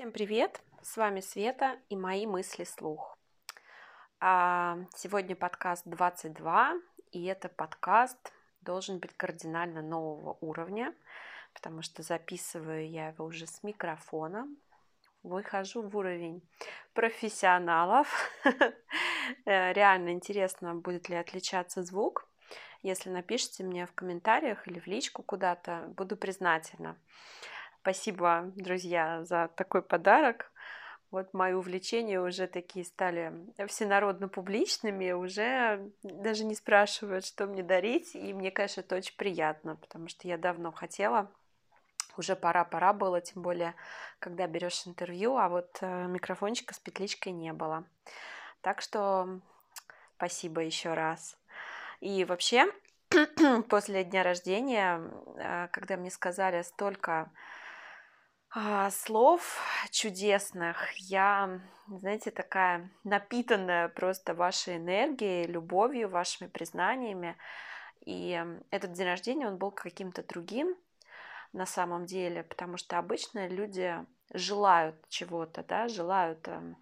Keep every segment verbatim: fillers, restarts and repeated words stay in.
Всем привет! С вами Света и мои мысли слух. А, Сегодня подкаст двадцать два, и этот подкаст должен быть кардинально нового уровня, потому что записываю я его уже с микрофоном. Выхожу в уровень профессионалов. Реально интересно, будет ли отличаться звук. Если напишите мне в комментариях или в личку куда-то, буду признательна. Спасибо, друзья, за такой подарок. Вот мои увлечения уже такие стали всенародно-публичными, уже даже не спрашивают, что мне дарить, и мне, конечно, это очень приятно, потому что я давно хотела, уже пора-пора было, тем более, когда берешь интервью, а вот э, микрофончика с петличкой не было. Так что спасибо еще раз. И вообще, после дня рождения, э, когда мне сказали столько а, слов чудесных, я, знаете, такая напитанная просто вашей энергией, любовью, вашими признаниями. И м, этот день рождения, он был каким-то другим на самом деле, потому что обычно люди желают чего-то, да, желают эм,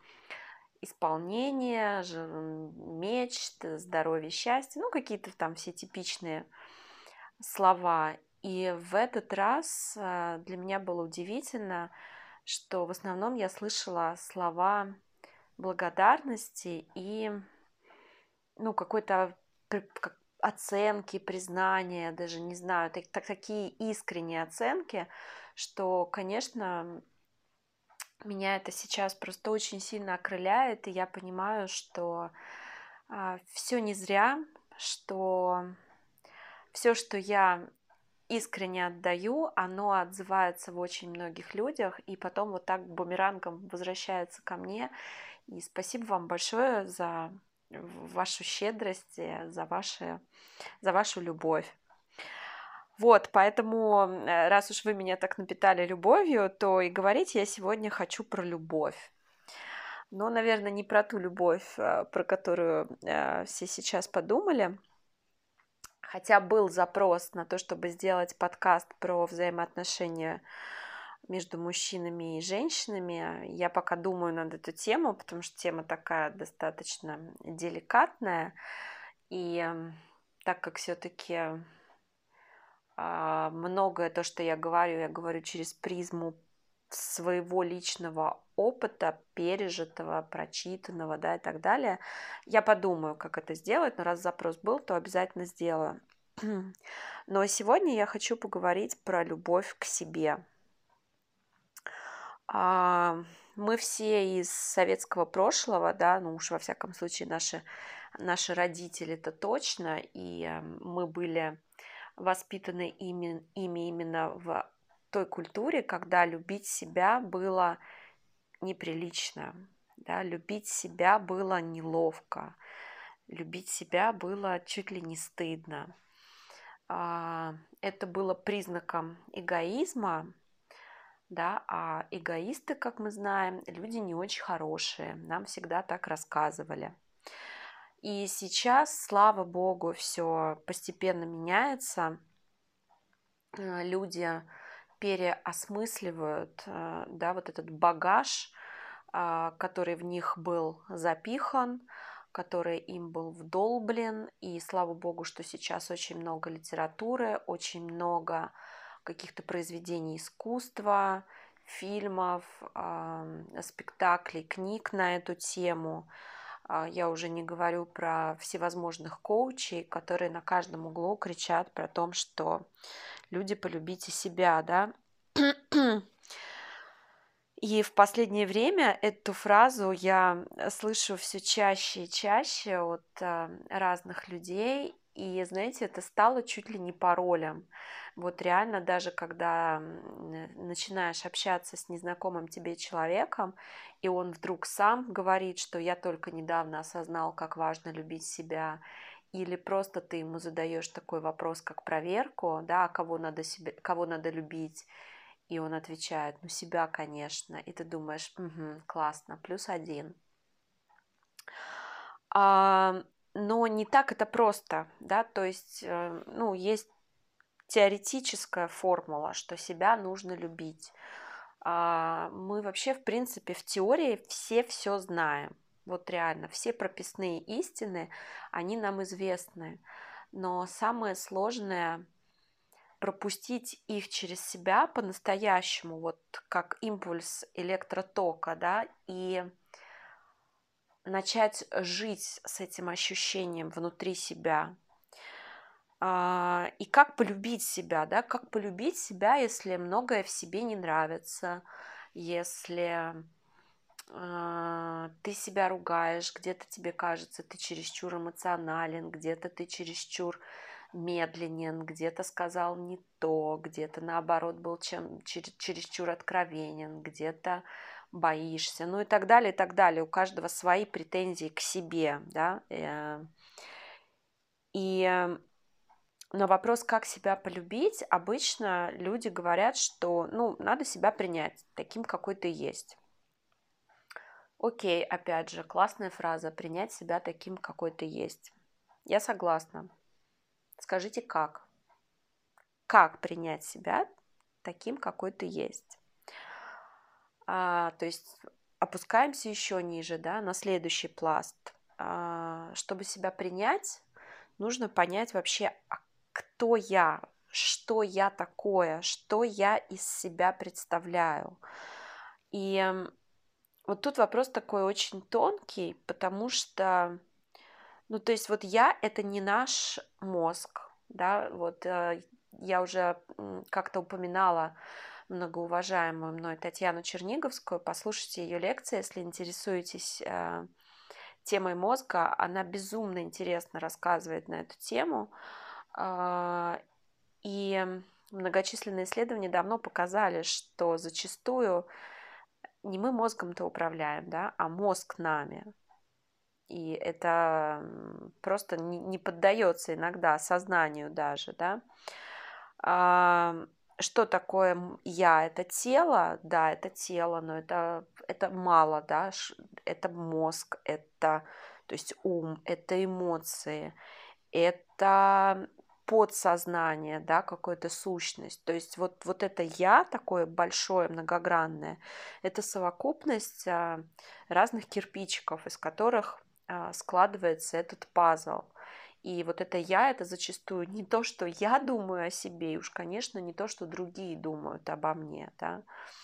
исполнения, же- м, мечт, здоровья, счастья, ну, какие-то там все типичные слова. И в этот раз а, для меня было удивительно, что в основном я слышала слова благодарности и, ну, какой-то пр- как оценки, признания, даже не знаю, так, так- такие искренние оценки, что, конечно, меня это сейчас просто очень сильно окрыляет, и я понимаю, что все не зря, что все, что я искренне отдаю, оно отзывается в очень многих людях, и потом вот так бумерангом возвращается ко мне. И спасибо вам большое за вашу щедрость, э, за, ваши, за вашу любовь. Вот, поэтому, э, раз уж вы меня так напитали любовью, то и говорить я сегодня хочу про любовь. Но, наверное, не про ту любовь, э, про которую э, все сейчас подумали. Хотя был запрос на то, чтобы сделать подкаст про взаимоотношения между мужчинами и женщинами. Я пока думаю над эту тему, потому что тема такая достаточно деликатная. И м, так как все-таки многое то, что я говорю, я говорю через призму своего личного опыта, пережитого, прочитанного, да, и так далее. Я подумаю, как это сделать, но раз запрос был, то обязательно сделаю. Но сегодня я хочу поговорить про любовь к себе. А, Мы все из советского прошлого, да, ну уж во всяком случае наши, наши родители это точно, и э, мы были воспитаны ими, ими именно в той культуре, когда любить себя было неприлично, да, любить себя было неловко, любить себя было чуть ли не стыдно. А, Это было признаком эгоизма, да, а эгоисты, как мы знаем, люди не очень хорошие, нам всегда так рассказывали. И сейчас, слава богу, все постепенно меняется, э, люди переосмысливают, э, да, вот этот багаж, а, который в них был запихан, который им был вдолблен. И слава богу, что сейчас очень много литературы, очень много каких-то произведений искусства, фильмов, а, спектаклей, книг на эту тему. А, Я уже не говорю про всевозможных коучей, которые на каждом углу кричат про то, что люди, полюбите себя, да. И в последнее время эту фразу я слышу все чаще и чаще от а, разных людей. И, знаете, это стало чуть ли не паролем. Вот реально, даже когда м, начинаешь общаться с незнакомым тебе человеком, и он вдруг сам говорит, что я только недавно осознал, как важно любить себя, или просто ты ему задаешь такой вопрос, как проверку, да, кого надо, себе, кого надо любить, и он отвечает, ну себя, конечно, и ты думаешь, угу, классно, плюс один. А, но не так это просто, да, то есть, э, ну, есть теоретическая формула, что себя нужно любить. А, Мы вообще, в принципе, в теории все все знаем. Вот реально, все прописные истины, они нам известны. Но самое сложное пропустить их через себя по-настоящему, вот как импульс электротока, да, и начать жить с этим ощущением внутри себя. А, И как полюбить себя, да, как полюбить себя, если многое в себе не нравится, если а, ты себя ругаешь, где-то тебе кажется, ты чересчур эмоционален, где-то ты чересчур медленен, где-то сказал не то, где-то наоборот был чем, чере- чересчур откровенен, где-то боишься, ну и так далее, и так далее. У каждого свои претензии к себе, да. э, И э, на вопрос, как себя полюбить, обычно люди говорят, что, ну, надо себя принять таким, какой ты есть. Окей, опять же, классная фраза, принять себя таким, какой ты есть. Я согласна. Скажите, как? Как принять себя таким, какой ты есть? А, то есть опускаемся еще ниже, да, на следующий пласт. А, чтобы себя принять, нужно понять вообще, а кто я, что я такое, что я из себя представляю. И м, вот тут вопрос такой очень тонкий, потому что, ну, то есть вот я — это не наш мозг, да, вот э, я уже м, как-то упоминала многоуважаемую мной Татьяну Черниговскую. Послушайте ее лекции, если интересуетесь э, темой мозга. Она безумно интересно рассказывает на эту тему. А, И многочисленные исследования давно показали, что зачастую не мы мозгом-то управляем, да, а мозг нами. И это м, просто не, не поддается иногда сознанию даже, да. А, Что такое м- я? Это тело, да, это тело, но это, это мало, да, ш- это мозг, это, то есть ум, это эмоции, это подсознание, да, какая-то сущность. То есть вот, вот это я такое большое, многогранное, это совокупность а, разных кирпичиков, из которых а, складывается этот пазл. И вот это я, это зачастую не то, что я думаю о себе, и уж, конечно, не то, что другие думают обо мне, да.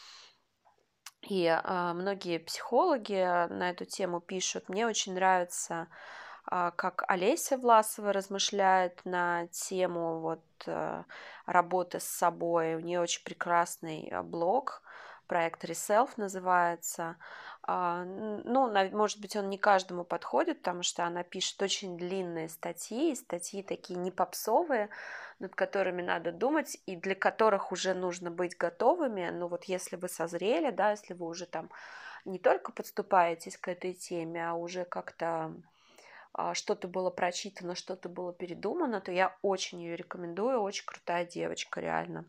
И а, многие психологи на эту тему пишут. Мне очень нравится, а, как Олеся Власова размышляет на тему вот э, работы с собой. У нее очень прекрасный э, блог, проект Reself называется. А, н- Ну, нав- может быть, он не каждому подходит, потому что она пишет очень длинные статьи, и статьи такие не попсовые, над которыми надо думать, и для которых уже нужно быть готовыми. Ну вот если вы созрели, да, если вы уже там не только подступаетесь к этой теме, а уже как-то а, что-то было прочитано, что-то было передумано, то я очень ее рекомендую, очень крутая девочка, реально.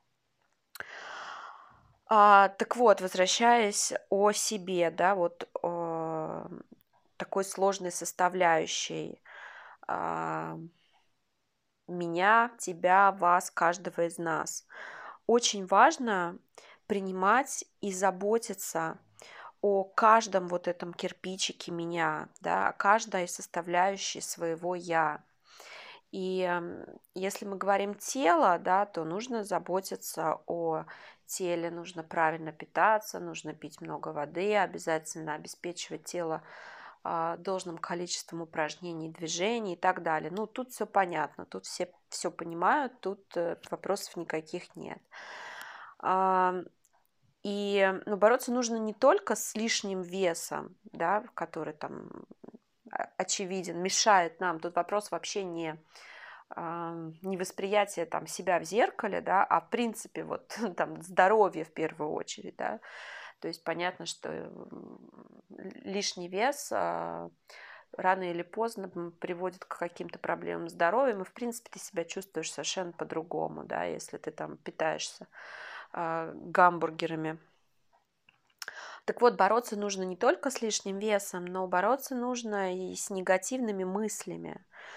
А, так вот, возвращаясь о себе, да, вот э, такой сложной составляющей а, меня, тебя, вас, каждого из нас. Очень важно принимать и заботиться о каждом вот этом кирпичике меня, да, о каждой составляющей своего я. И м, если мы говорим тело, да, то нужно заботиться о теле, нужно правильно питаться, нужно пить много воды, обязательно обеспечивать тело а, должным количеством упражнений, движений и так далее. Ну, тут все понятно, тут все все понимают, тут э, вопросов никаких нет. А, И ну, бороться нужно не только с лишним весом, да, который там а, очевиден, мешает нам. Тут вопрос вообще не а, не восприятие там себя в зеркале, да, а в принципе вот там здоровье в первую очередь, да. То есть понятно, что м, лишний вес а, рано или поздно м, приводит к каким-то проблемам с здоровьем, и в принципе ты себя чувствуешь совершенно по-другому, да, если ты там питаешься а, гамбургерами. Так вот, бороться нужно не только с лишним весом, но бороться нужно и с негативными мыслями.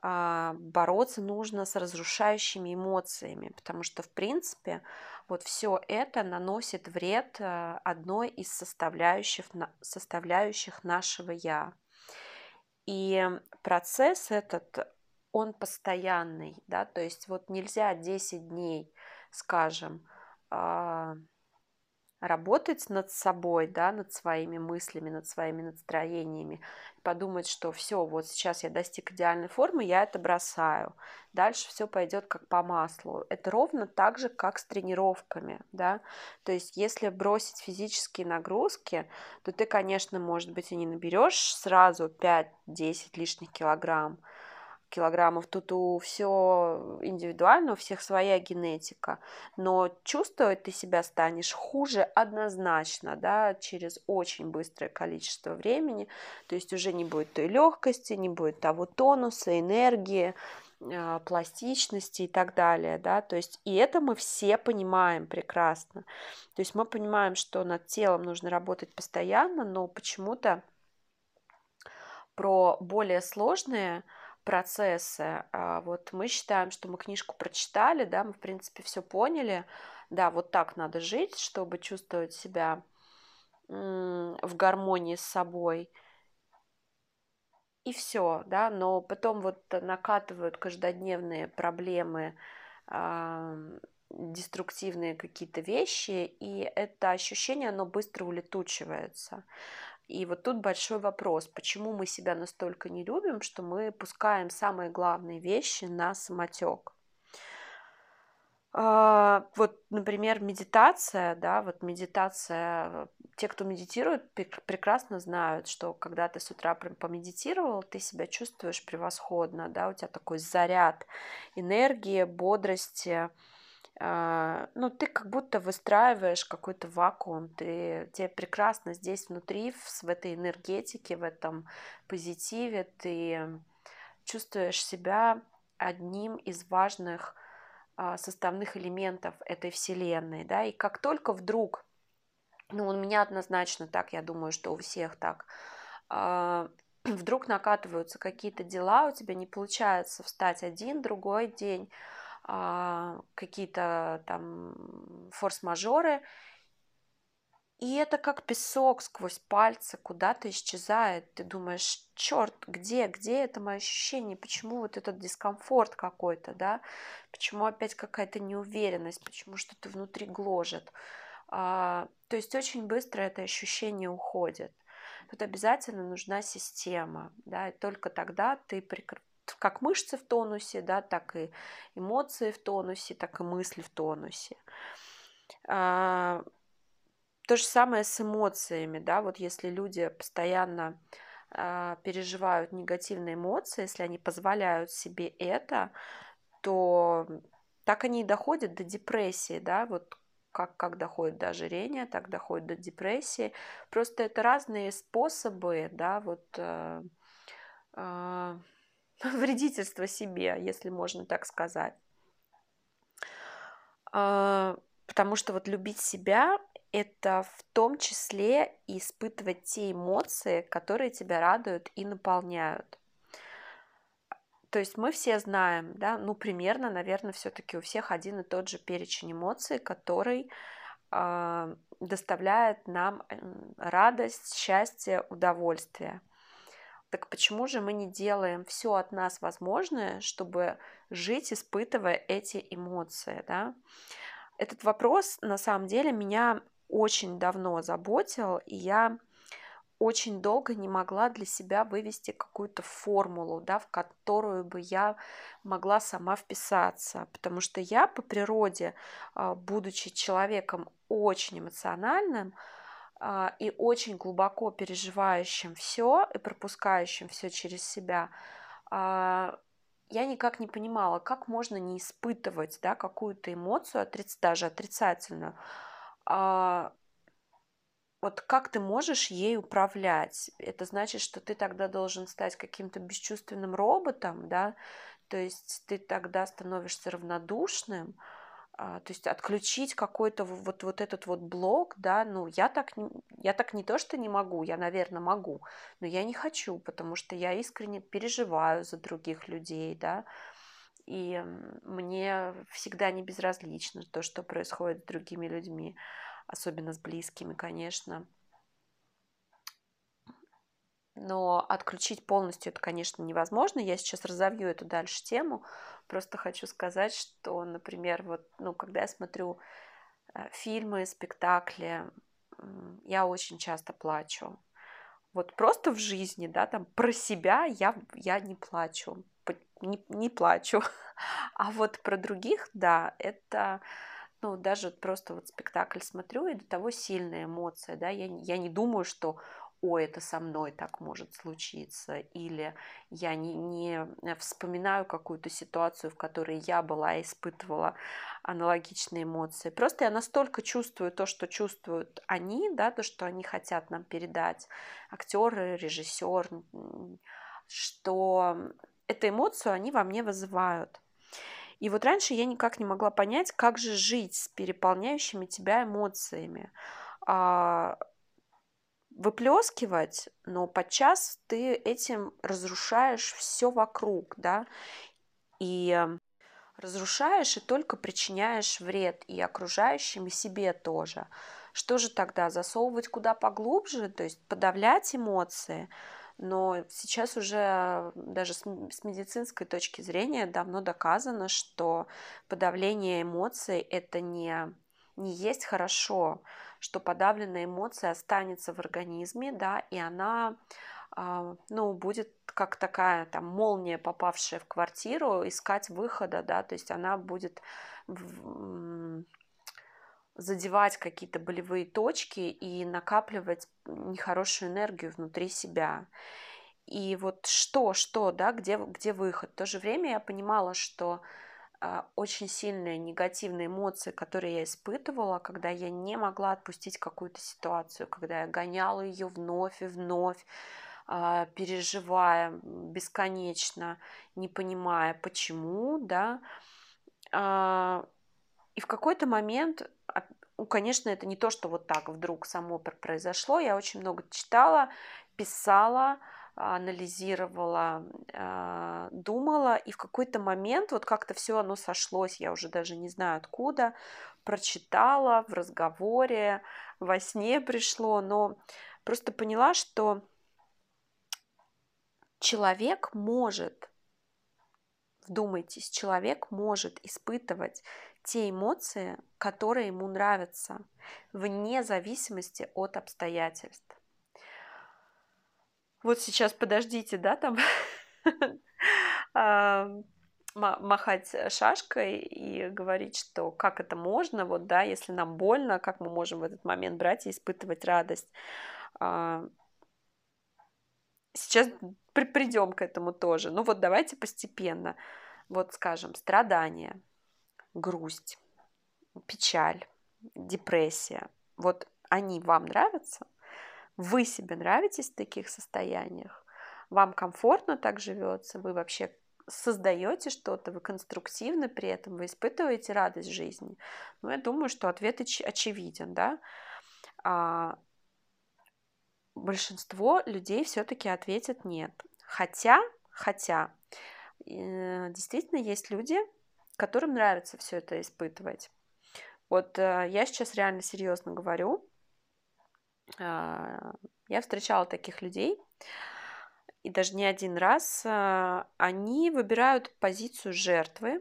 а, бороться нужно с разрушающими эмоциями, потому что, в принципе, вот все это наносит вред а, одной из составляющих, на- составляющих нашего «я». И процесс этот, он постоянный, да, то есть вот нельзя десять дней, скажем, а, работать над собой, да, над своими мыслями, над своими настроениями, подумать, что все, вот сейчас я достиг идеальной формы, я это бросаю. Дальше все пойдет как по маслу. Это ровно так же, как с тренировками, да. То есть, если бросить физические нагрузки, то ты, конечно, может быть, и не наберешь сразу пять-десять лишних килограмм, килограммов. Тут у все индивидуально, у всех своя генетика, но чувствовать ты себя станешь хуже однозначно, да, через очень быстрое количество времени, то есть уже не будет той легкости, не будет того тонуса, энергии, а, пластичности и так далее, да, то есть и это мы все понимаем прекрасно, то есть мы понимаем, что над телом нужно работать постоянно, но почему-то про более сложные процессы, а, вот мы считаем, что мы книжку прочитали, да, мы, в принципе, все поняли, да, вот так надо жить, чтобы чувствовать себя м, в гармонии с собой, и все, да, но потом вот накатывают каждодневные проблемы, а, деструктивные какие-то вещи, и это ощущение, оно быстро улетучивается. И вот тут большой вопрос, почему мы себя настолько не любим, что мы пускаем самые главные вещи на самотек. А, Вот, например, медитация, да, вот медитация, те, кто медитирует, пек- прекрасно знают, что когда ты с утра прям помедитировал, ты себя чувствуешь превосходно, да, у тебя такой заряд энергии, бодрости, а, ну, ты как будто выстраиваешь какой-то вакуум, ты, тебе прекрасно здесь внутри, в, в этой энергетике, в этом позитиве, ты чувствуешь себя одним из важных а, составных элементов этой вселенной, да, и как только вдруг, ну, у меня однозначно так, я думаю, что у всех так, а, вдруг накатываются какие-то дела, у тебя не получается встать один, другой день, а, какие-то там форс-мажоры, и это как песок сквозь пальцы куда-то исчезает. Ты думаешь, черт, где, где это мое ощущение, почему вот этот дискомфорт какой-то, да, почему опять какая-то неуверенность, почему что-то внутри гложет. А, то есть очень быстро это ощущение уходит. Тут обязательно нужна система, да, и только тогда ты прекр- как мышцы в тонусе, да, так и эмоции в тонусе, так и мысли в тонусе. А, То же самое с эмоциями, да, вот если люди постоянно а, переживают негативные эмоции, если они позволяют себе это, то так они и доходят до депрессии, да, вот как, как доходит до ожирения, так доходит до депрессии. Просто это разные способы, да, вот э, э, вредительства себе, если можно так сказать. А, Потому что вот любить себя — это в том числе и испытывать те эмоции, которые тебя радуют и наполняют. То есть мы все знаем, да, ну примерно, наверное, все-таки у всех один и тот же перечень эмоций, который а, доставляет нам м, радость, счастье, удовольствие. Так почему же мы не делаем все от нас возможное, чтобы жить, испытывая эти эмоции, да? Этот вопрос, на самом деле, меня очень давно заботил, и я очень долго не могла для себя вывести какую-то формулу, да, в которую бы я могла сама вписаться, потому что я по природе, а, будучи человеком очень эмоциональным, а, и очень глубоко переживающим все и пропускающим все через себя, а, я никак не понимала, как можно не испытывать, да, какую-то эмоцию, отриц- даже отрицательную, а, вот как ты можешь ей управлять? Это значит, что ты тогда должен стать каким-то бесчувственным роботом, да? То есть ты тогда становишься равнодушным, А, то есть отключить какой-то в- вот, вот этот вот блок, да, ну, я так, не- я так не то, что не могу, я, наверное, могу, но я не хочу, потому что я искренне переживаю за других людей, да, и м, мне всегда не безразлично то, что происходит с другими людьми, особенно с близкими, конечно. Но отключить полностью это, конечно, невозможно. Я сейчас разовью эту дальше тему. Просто хочу сказать, что, например, вот, ну, когда я смотрю э, фильмы, спектакли, м, я очень часто плачу. Вот просто в жизни, да, там про себя я, я не плачу, п- не, не плачу. А вот про других, да, это, ну, даже вот просто вот спектакль смотрю, и до того сильная эмоция, да, я, не- я не думаю, что, ой, это со мной так может случиться, или я не, не э, вспоминаю какую-то ситуацию, в которой я была и испытывала аналогичные эмоции. Просто я настолько чувствую то, что чувствуют они, да, то, что они хотят нам передать, актеры, режиссер, м, что эту эмоцию они во мне вызывают. И вот раньше я никак не могла понять, как же жить с переполняющими тебя эмоциями. А, выплескивать, но подчас ты этим разрушаешь все вокруг, да, и э, разрушаешь и только причиняешь вред и окружающим, и себе тоже. Что же тогда? Засовывать куда поглубже, то есть подавлять эмоции? Но сейчас уже даже с м- с медицинской точки зрения давно доказано, что подавление эмоций это не, не есть хорошо, что подавленная эмоция останется в организме, да, и она а, ну, будет как такая там молния, попавшая в квартиру, искать выхода, да, то есть она будет в- м, задевать какие-то болевые точки и накапливать нехорошую энергию внутри себя. И вот что, что, да, где, где выход? В то же время я понимала, что а, очень сильные негативные эмоции, которые я испытывала, когда я не могла отпустить какую-то ситуацию, когда я гоняла ее вновь и вновь, а, переживая бесконечно, не понимая, почему, да. А, И в какой-то момент, а, ну, конечно, это не то, что вот так вдруг само пр- произошло. Я очень много читала, писала, анализировала, а, думала, и в какой-то момент вот как-то все оно сошлось, я уже даже не знаю откуда, прочитала в разговоре, во сне пришло, но просто поняла, что человек может, вдумайтесь, человек может испытывать те эмоции, которые ему нравятся, вне зависимости от обстоятельств. Вот сейчас подождите, да, там а, ма- махать шашкой и говорить, что как это можно, вот, да, если нам больно, как мы можем в этот момент брать и испытывать радость. А, Сейчас при- придем к этому тоже. Ну вот давайте постепенно. Вот, скажем, страдания, грусть, печаль, депрессия. Вот они вам нравятся? Вы себе нравитесь в таких состояниях? Вам комфортно так живется? Вы вообще создаете что-то? Вы конструктивны при этом? Вы испытываете радость жизни? Ну, я думаю, что ответ оч- очевиден, да? А большинство людей все-таки ответят нет. Хотя, хотя, э, действительно есть люди, которым нравится все это испытывать. Вот э, я сейчас реально серьезно говорю. А, Я встречала таких людей, и даже не один раз. а, Они выбирают позицию жертвы,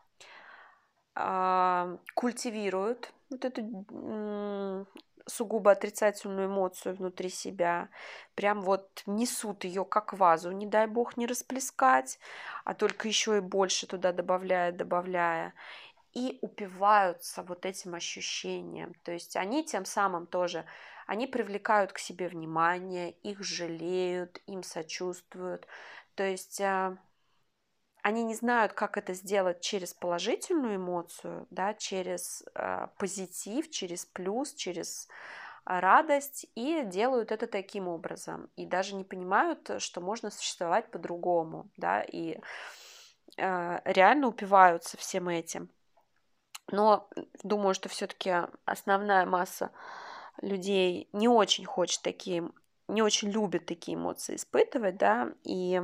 а, культивируют вот эту м, сугубо отрицательную эмоцию внутри себя, прям вот несут ее как вазу, не дай бог не расплескать, а только еще и больше туда добавляя, добавляя. И упиваются вот этим ощущением. То есть они тем самым тоже, они привлекают к себе внимание, их жалеют, им сочувствуют. То есть а, они не знают, как это сделать через положительную эмоцию, да, через а, позитив, через плюс, через а, радость, и делают это таким образом. И даже не понимают, что можно существовать по-другому, да, и а, реально упиваются всем этим. Но думаю, что все-таки основная масса людей не очень хочет такие, не очень любит такие эмоции испытывать, да, и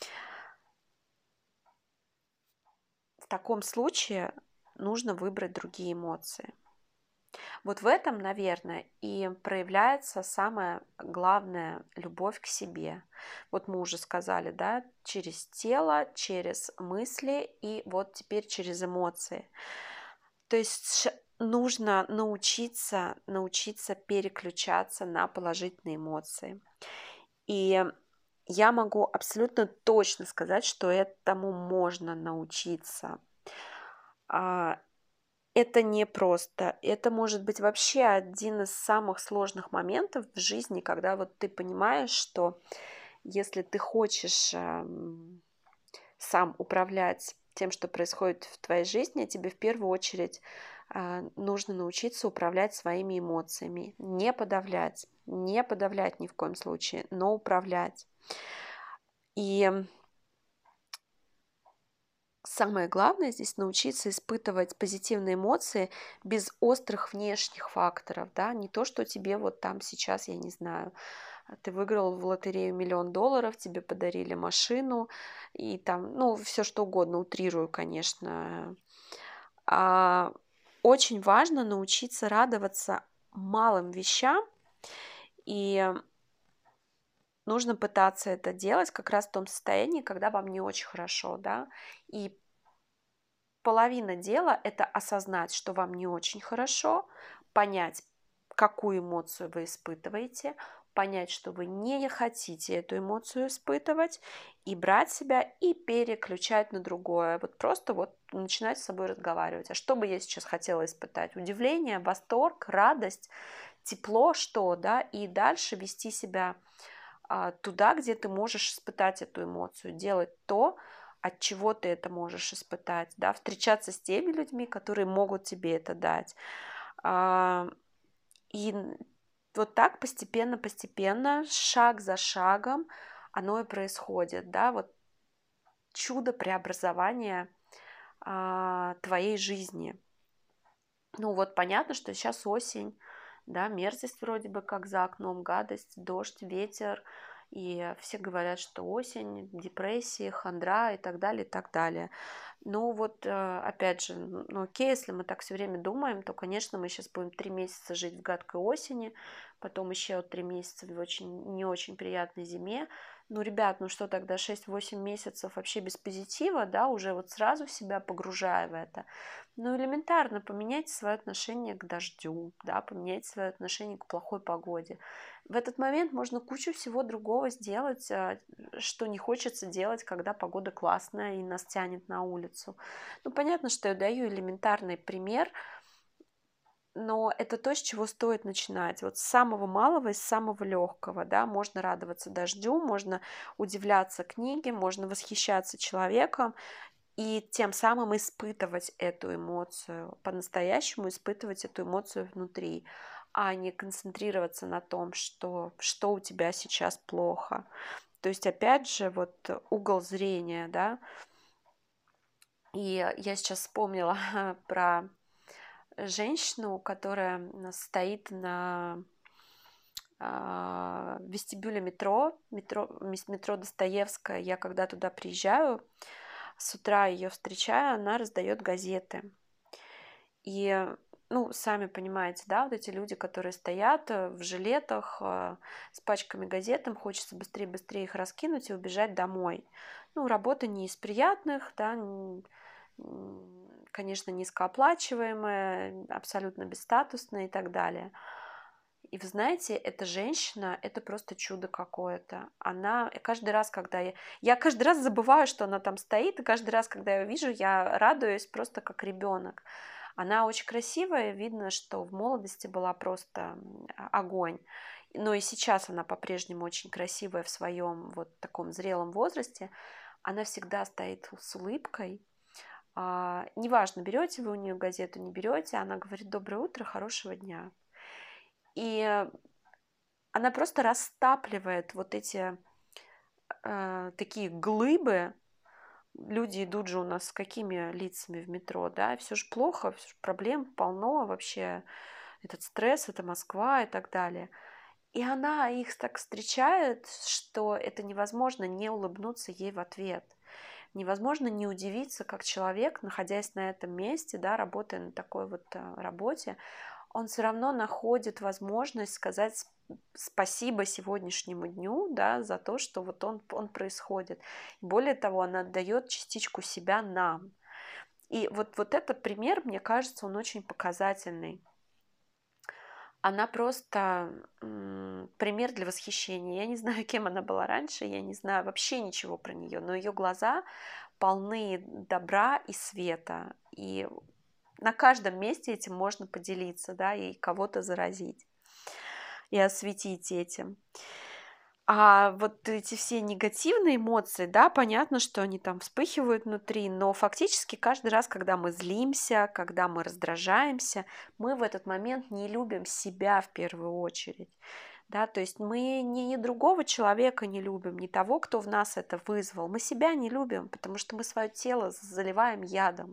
в таком случае нужно выбрать другие эмоции. Вот в этом, наверное, и проявляется самая главная любовь к себе. Вот мы уже сказали, да, через тело, через мысли и вот теперь через эмоции. То есть нужно научиться, научиться переключаться на положительные эмоции. И я могу абсолютно точно сказать, что этому можно научиться. Это непросто. Это может быть вообще один из самых сложных моментов в жизни, когда вот ты понимаешь, что если ты хочешь эм, сам управлять тем, что происходит в твоей жизни, тебе в первую очередь а, нужно научиться управлять своими эмоциями. Не подавлять, не подавлять ни в коем случае, но управлять. И самое главное здесь научиться испытывать позитивные эмоции без острых внешних факторов, да, не то, что тебе вот там сейчас, я не знаю, ты выиграл в лотерею миллион долларов, тебе подарили машину и там, ну, все что угодно, утрирую, конечно. А очень важно научиться радоваться малым вещам, и нужно пытаться это делать как раз в том состоянии, когда вам не очень хорошо, да, и половина дела – это осознать, что вам не очень хорошо, понять, какую эмоцию вы испытываете, понять, что вы не хотите эту эмоцию испытывать, и брать себя и переключать на другое. Вот просто вот начинать с собой разговаривать. А что бы я сейчас хотела испытать? Удивление, восторг, радость, тепло, что, да? И дальше вести себя а, туда, где ты можешь испытать эту эмоцию, делать то, от чего ты это можешь испытать, да, встречаться с теми людьми, которые могут тебе это дать. А, И вот так постепенно, постепенно, шаг за шагом оно и происходит, да, вот чудо преобразования а, твоей жизни. Ну вот понятно, что сейчас осень, да, мерзость вроде бы как за окном, гадость, дождь, ветер, и все говорят, что осень, депрессия, хандра и так далее, и так далее. Ну вот, э, опять же, ну окей, если мы так все время думаем, то, конечно, мы сейчас будем три месяца жить в гадкой осени, потом еще три месяца в очень, не очень приятной зиме. Ну, ребят, ну что тогда шесть-восемь месяцев вообще без позитива, да, уже вот сразу себя погружая в это. Ну, элементарно поменяйте свое отношение к дождю, да, поменяйте свое отношение к плохой погоде. В этот момент можно кучу всего другого сделать, а, что не хочется делать, когда погода классная и нас тянет на улицу. Ну, понятно, что я даю элементарный пример, но это то, с чего стоит начинать. Вот с самого малого и с самого легкого, да, можно радоваться дождю, можно удивляться книге, можно восхищаться человеком, и тем самым испытывать эту эмоцию, по-настоящему испытывать эту эмоцию внутри, а не концентрироваться на том, что, что у тебя сейчас плохо. То есть, опять же, вот угол зрения, да, и я сейчас вспомнила про женщину, которая стоит на а, вестибюле метро, метро, метро Достоевская. Я когда туда приезжаю, с утра ее встречаю, она раздает газеты. И, ну, сами понимаете, да, вот эти люди, которые стоят э, в жилетах э, с пачками газет, им хочется быстрее-быстрее их раскинуть и убежать домой. Ну, работа не из приятных, да, н- н- конечно, низкооплачиваемая, абсолютно бесстатусная и так далее. И вы знаете, эта женщина, это просто чудо какое-то. Она каждый раз, когда я... Я каждый раз забываю, что она там стоит, и каждый раз, когда я ее вижу, я радуюсь просто как ребенок. Она очень красивая, видно, что в молодости была просто огонь. Но и сейчас она по-прежнему очень красивая в своем вот таком зрелом возрасте. Она всегда стоит с улыбкой. А, неважно, берете вы у нее газету, не берете, она говорит: доброе утро, хорошего дня. И она просто растапливает вот эти э, такие глыбы люди идут же у нас с какими лицами в метро, да, все же плохо, всё ж проблем полно вообще, этот стресс, это Москва и так далее. И она их так встречает, что это невозможно не улыбнуться ей в ответ. Невозможно не удивиться, как человек, находясь на этом месте, да, работая на такой вот а, работе, он все равно находит возможность сказать с- спасибо сегодняшнему дню, да, за то, что вот он, он происходит. Более того, она отдает частичку себя нам. И вот, вот этот пример, мне кажется, он очень показательный. Она просто м, пример для восхищения. Я не знаю, кем она была раньше, я не знаю вообще ничего про нее, но ее глаза полны добра и света. И на каждом месте этим можно поделиться, да, и кого-то заразить и осветить этим. А вот эти все негативные эмоции, да, понятно, что они там вспыхивают внутри, но фактически каждый раз, когда мы злимся, когда мы раздражаемся, мы в этот момент не любим себя в первую очередь. Да, то есть мы не, не другого человека не любим, не того, кто в нас это вызвал. Мы себя не любим, потому что мы свое тело заливаем ядом.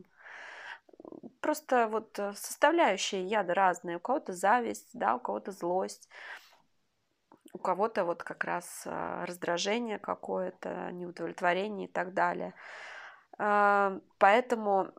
Просто вот э, составляющие яда разные. У кого-то зависть, да, у кого-то злость, у кого-то вот как раз а, раздражение какое-то, неудовлетворение и так далее. А, Поэтому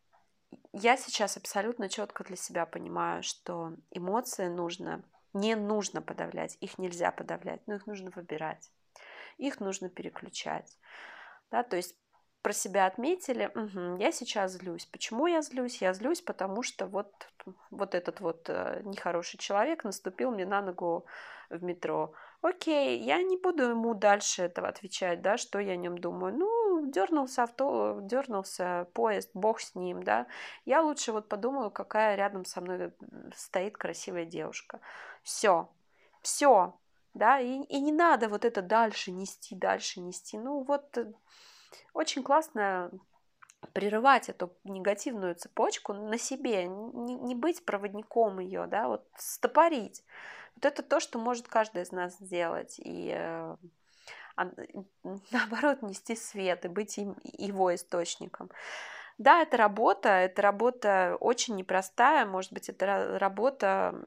я сейчас абсолютно четко для себя понимаю, что эмоции нужно, не нужно подавлять, их нельзя подавлять, но их нужно выбирать, их нужно переключать. Да, то есть про себя отметили, угу, я сейчас злюсь. Почему я злюсь? Я злюсь, потому что вот, вот этот вот э, нехороший человек наступил мне на ногу в метро. Окей, я не буду ему дальше этого отвечать, да, что я о нем думаю. Ну, дернулся авто, дернулся поезд, бог с ним, да. Я лучше вот подумаю, какая рядом со мной стоит красивая девушка. Все, все, да, и, и не надо вот это дальше нести, дальше нести. Ну, вот очень классно прерывать эту негативную цепочку на себе, не, не быть проводником ее, да, вот стопорить. Вот это то, что может каждый из нас сделать. И э, а, наоборот, нести свет и быть им, его источником. Да, это работа, это работа очень непростая, может быть, это работа,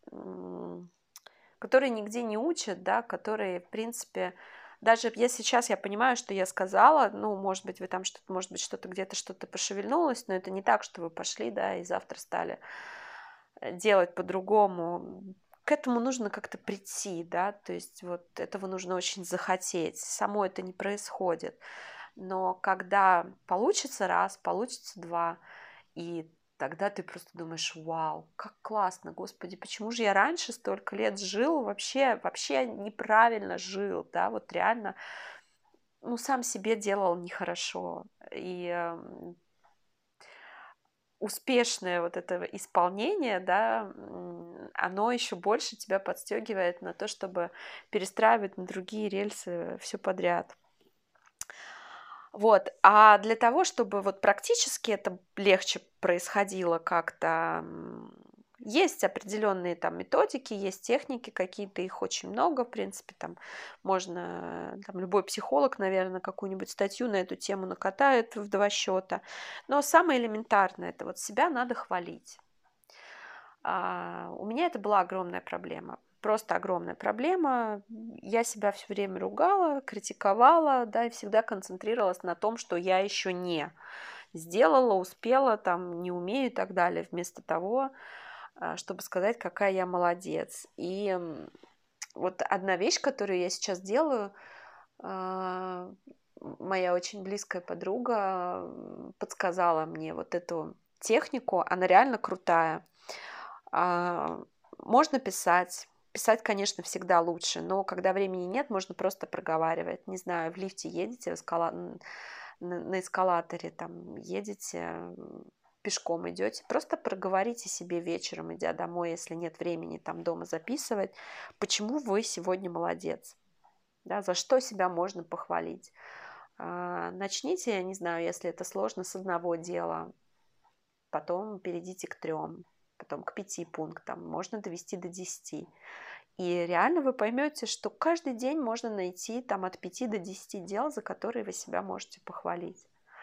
которой нигде не учат, да, которые, в принципе, даже если сейчас я понимаю, что я сказала, ну, может быть, вы там что-то, может быть, что-то где-то что-то пошевельнулось, но это не так, что вы пошли, да, и завтра стали делать по-другому. К этому нужно как-то прийти, да, то есть вот этого нужно очень захотеть. Само это не происходит. Но когда получится раз, получится два, и тогда ты просто думаешь: вау, как классно, господи, почему же я раньше столько лет жил, вообще, вообще неправильно жил, да, вот реально, ну, сам себе делал нехорошо. И э, успешное вот это исполнение, да, оно еще больше тебя подстегивает на то, чтобы перестраивать на другие рельсы все подряд. Вот, а для того, чтобы вот практически это легче происходило как-то, есть определенные там методики, есть техники какие-то, их очень много, в принципе, там можно, там любой психолог, наверное, какую-нибудь статью на эту тему накатает в два счета. Но самое элементарное, это вот себя надо хвалить. А, у меня это была огромная проблема. Просто огромная проблема. Я себя все время ругала, критиковала, да, и всегда концентрировалась на том, что я еще не сделала, успела, там, не умею и так далее, вместо того, чтобы сказать, какая я молодец. И вот одна вещь, которую я сейчас делаю, моя очень близкая подруга подсказала мне вот эту технику, она реально крутая. Можно писать. Писать, конечно, всегда лучше, но когда времени нет, можно просто проговаривать. Не знаю, в лифте едете, в эскала... на эскалаторе там едете, пешком идете, просто проговорите себе вечером, идя домой, если нет времени там дома записывать, почему вы сегодня молодец, да, за что себя можно похвалить. Начните, я не знаю, если это сложно, с одного дела, потом перейдите к трем, потом к пяти пунктам, можно довести до десяти. И реально вы поймете, что каждый день можно найти там от пяти до десяти дел, за которые вы себя можете похвалить.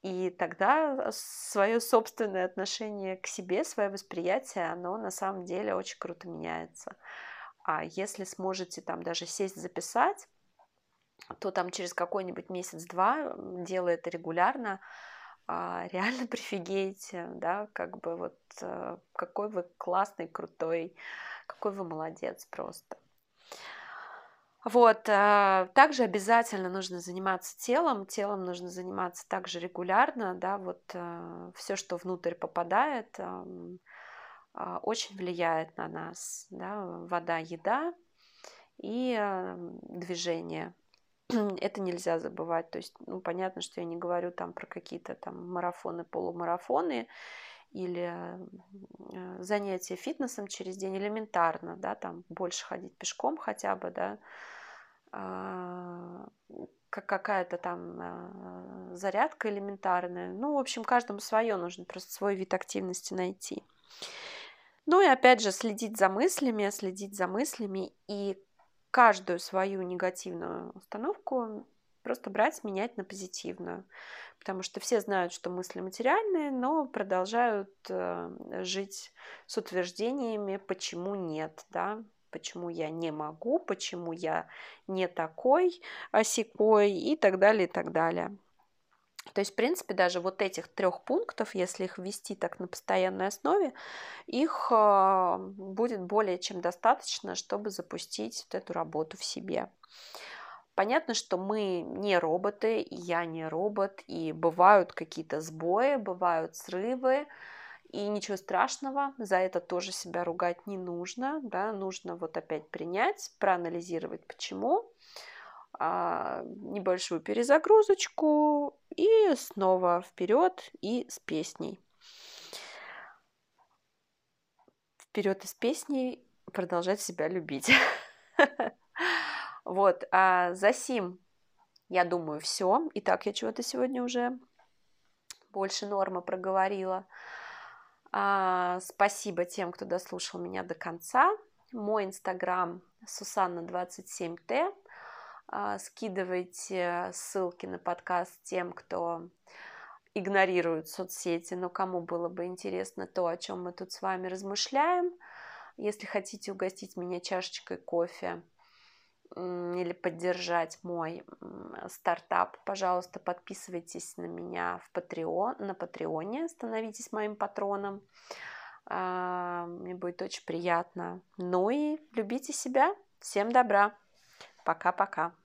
И тогда свое собственное отношение к себе, свое восприятие, оно на самом деле очень круто меняется. А если сможете там даже сесть записать, то там через какой-нибудь месяц-два, делая это регулярно, а, реально прифигеете, да, как бы вот э, какой вы классный, крутой, какой вы молодец просто. Вот, а, также обязательно нужно заниматься телом, телом нужно заниматься также регулярно, да, вот все, что внутрь попадает, ам, а, очень влияет на нас, да, вода, еда и а, движение. Это нельзя забывать. То есть, ну, понятно, что я не говорю там про какие-то там марафоны, полумарафоны или э, занятия фитнесом через день элементарно, да, там больше ходить пешком хотя бы, да, а, как какая-то там а, зарядка элементарная. Ну, в общем, каждому свое, нужно просто свой вид активности найти. Ну и опять же следить за мыслями, следить за мыслями и каждую свою негативную установку просто брать, менять на позитивную. Потому что все знают, что мысли материальные, но продолжают э, жить с утверждениями, почему нет, да, почему я не могу, почему я не такой, осякой и так далее, и так далее. То есть, в принципе, даже вот этих трех пунктов, если их ввести так на постоянной основе, их а, будет более чем достаточно, чтобы запустить вот эту работу в себе. Понятно, что мы не роботы, и я не робот, и бывают какие-то сбои, бывают срывы, и ничего страшного, за это тоже себя ругать не нужно, да, нужно вот опять принять, проанализировать, почему, а, небольшую перезагрузочку и снова вперед и с песней. Вперед и с песней продолжать себя любить. Вот, а за сим, я думаю, все. Итак, я чего-то сегодня уже больше нормы проговорила. А, спасибо тем, кто дослушал меня до конца. Мой инстаграм Сусанна двадцать семь тэ. А, скидывайте ссылки на подкаст тем, кто игнорирует соцсети, но кому было бы интересно то, о чем мы тут с вами размышляем. Если хотите угостить меня чашечкой кофе или поддержать мой стартап, пожалуйста, подписывайтесь на меня в Patreon, на Патреоне, становитесь моим патроном. Мне будет очень приятно. Ну и любите себя. Всем добра. Пока-пока.